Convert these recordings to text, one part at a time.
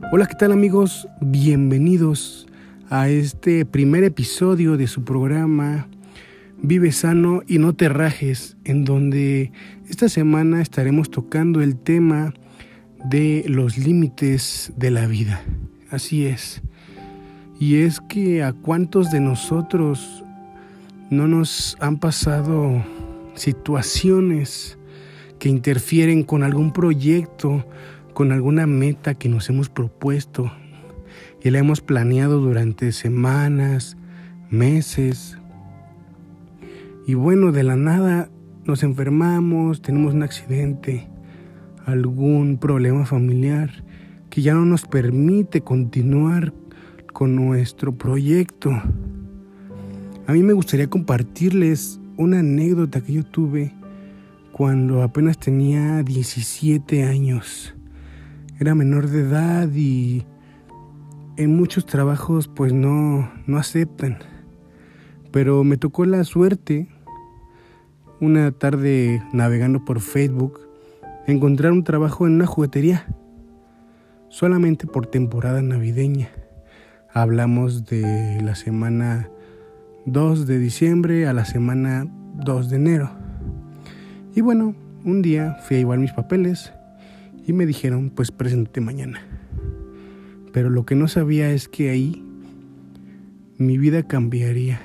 Hola, ¿qué tal amigos? Bienvenidos a este primer episodio de su programa Vive Sano y No Te Rajes, en donde esta semana estaremos tocando el tema de los límites de la vida. Así es. Y es que a cuántos de nosotros no nos han pasado situaciones que interfieren con algún proyecto, con alguna meta que nos hemos propuesto y la hemos planeado durante semanas, meses. Y bueno, de la nada nos enfermamos, tenemos un accidente, algún problema familiar que ya no nos permite continuar con nuestro proyecto. A mí me gustaría compartirles una anécdota que yo tuve cuando apenas tenía 17 años. Era menor de edad y en muchos trabajos pues no aceptan. Pero me tocó la suerte, una tarde navegando por Facebook, encontrar un trabajo en una juguetería, solamente por temporada navideña. Hablamos de la semana 2 de diciembre a la semana 2 de enero. Y bueno, un día fui a llevar mis papeles y me dijeron, pues preséntate mañana. Pero lo que no sabía es que ahí mi vida cambiaría.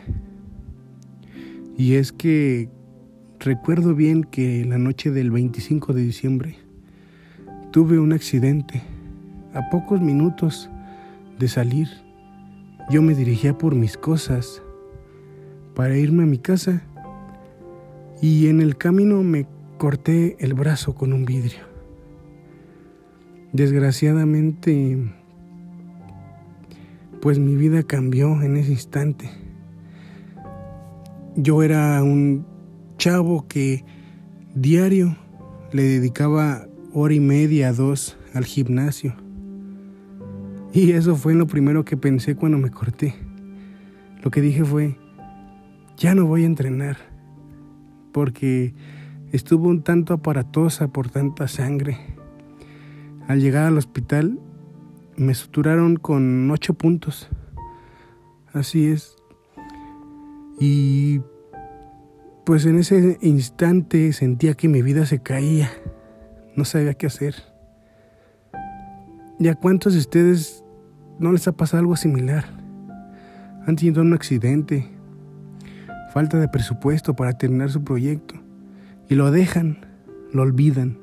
Y es que recuerdo bien que la noche del 25 de diciembre tuve un accidente. A pocos minutos de salir, yo me dirigía por mis cosas para irme a mi casa y en el camino me corté el brazo con un vidrio. Desgraciadamente, pues mi vida cambió en ese instante. Yo era un chavo que diario le dedicaba 1.5 horas, 2 al gimnasio. Y eso fue lo primero que pensé cuando me corté. Lo que dije fue, ya no voy a entrenar, porque estuvo un tanto aparatosa por tanta sangre. Al llegar al hospital me suturaron con 8 puntos. Así es. Y pues en ese instante sentía que mi vida se caía. No sabía qué hacer. ¿Y a cuántos de ustedes no les ha pasado algo similar? Han tenido un accidente, falta de presupuesto para terminar su proyecto y lo dejan, lo olvidan.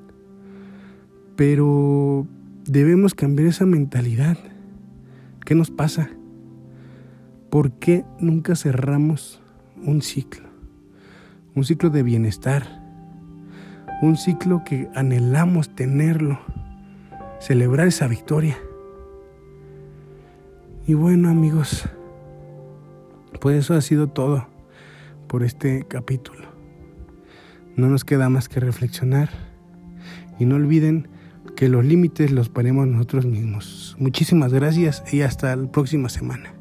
Pero debemos cambiar esa mentalidad. ¿Qué nos pasa? ¿Por qué nunca cerramos un ciclo? Un ciclo de bienestar. Un ciclo que anhelamos tenerlo. Celebrar esa victoria. Y bueno, amigos, pues eso ha sido todo por este capítulo. No nos queda más que reflexionar. Y no olviden que los límites los ponemos nosotros mismos. Muchísimas gracias y hasta la próxima semana.